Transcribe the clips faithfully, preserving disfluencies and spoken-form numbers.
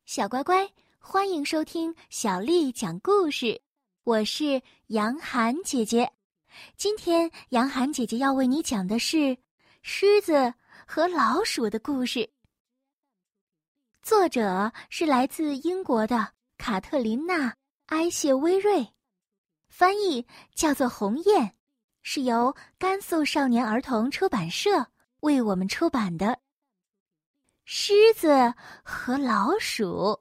小乖乖，欢迎收听小丽讲故事，我是杨涵姐姐。今天杨涵姐姐要为你讲的是狮子和老鼠的故事。作者是来自英国的卡特琳娜·埃谢威瑞，翻译叫做鸿雁，是由甘肃少年儿童出版社为我们出版的。狮子和老鼠。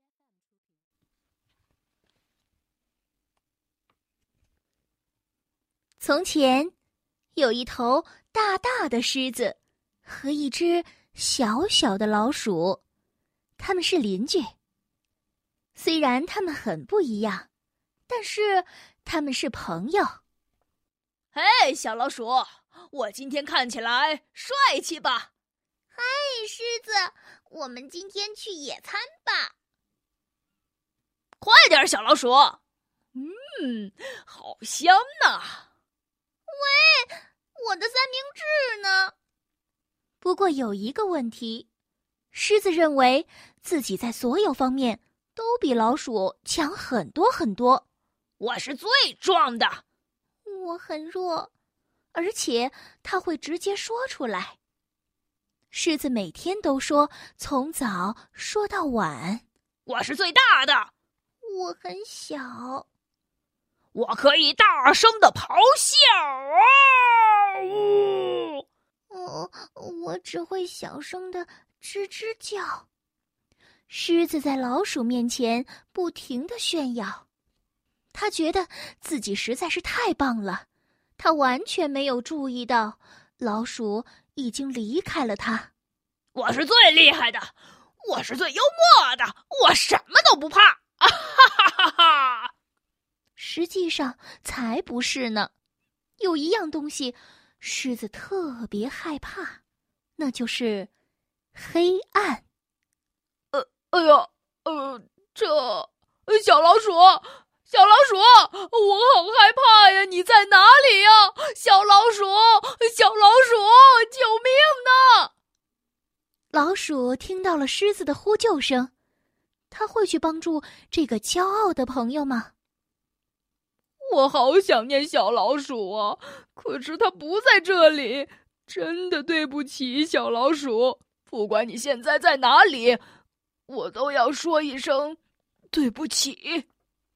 从前，有一头大大的狮子和一只小小的老鼠，他们是邻居。虽然他们很不一样，但是他们是朋友。 嘿，小老鼠，我今天看起来帅气吧？ 嗨，狮子，我们今天去野餐吧。 快点，小老鼠。嗯，好香呐。 喂，我的三明治呢？ 不过有一个问题，狮子认为自己在所有方面都比老鼠强很多很多。 我是最壮的。 我很弱，而且他会直接说出来。狮子每天都说，从早说到晚。 我是最大的。 我很小。 我可以大声的咆哮啊！呜！ 哦，我只会小声的吱吱叫。 狮子在老鼠面前不停地炫耀，他觉得自己实在是太棒了。他完全没有注意到老鼠已经离开了他。 我是最厉害的，我是最幽默的，我什么都不怕！啊哈哈哈哈！ 实际上才不是呢。有一样东西，狮子特别害怕，那就是黑暗。 呃，哎呀，呃，这小老鼠，小老鼠，我好害怕呀！你在哪里呀？小老鼠，小老鼠，救命呢！ 老鼠听到了狮子的呼救声，他会去帮助这个骄傲的朋友吗？ 我好想念小老鼠啊，可是它不在这里。真的对不起，小老鼠，不管你现在在哪里，我都要说一声对不起。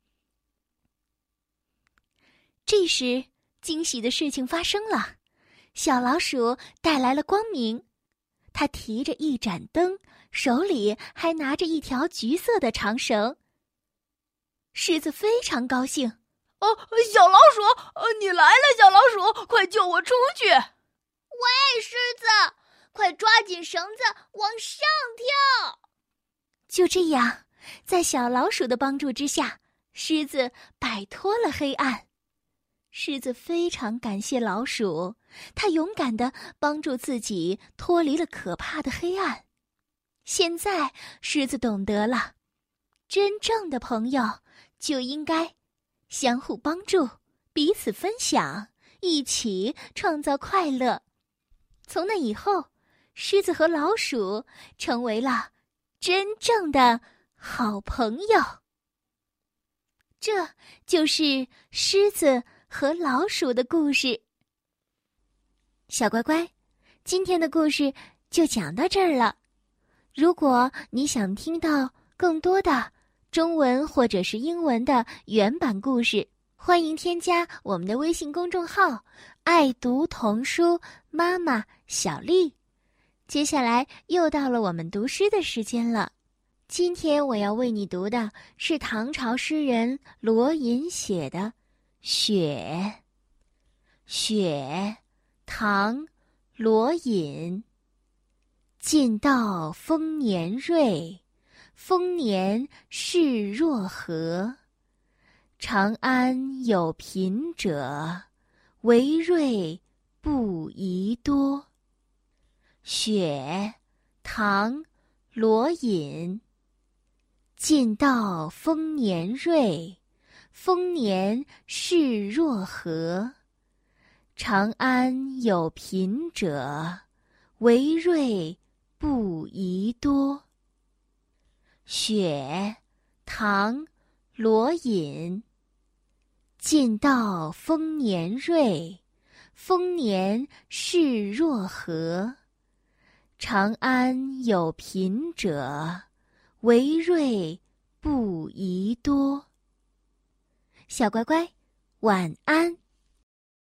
这时，惊喜的事情发生了，小老鼠带来了光明。他提着一盏灯，手里还拿着一条橘色的长绳。狮子非常高兴。 哦，小老鼠，呃，你来了，小老鼠，快救我出去！ 喂，狮子，快抓紧绳子往上跳！ 就这样，在小老鼠的帮助之下，狮子摆脱了黑暗。狮子非常感谢老鼠，它勇敢地帮助自己脱离了可怕的黑暗。现在，狮子懂得了，真正的朋友就应该相互帮助，彼此分享，一起创造快乐。从那以后，狮子和老鼠成为了真正的好朋友。这就是狮子和老鼠的故事。小乖乖，今天的故事就讲到这儿了。如果你想听到更多的中文或者是英文的原版故事，欢迎添加我们的微信公众号爱读童书妈妈小丽。接下来又到了我们读诗的时间了。今天我要为你读的是唐朝诗人罗隐写的《雪》。雪，唐，罗隐。晋道丰年瑞，丰年势若河。长安有贫者，惟瑞不宜多。雪，唐，罗隐。晋道丰年瑞，丰年势若河。长安有贫者，惟瑞不宜多。 雪，唐·罗隐。晋道丰年瑞，丰年事若河。长安有贫者，惟瑞不宜多。小乖乖，晚安。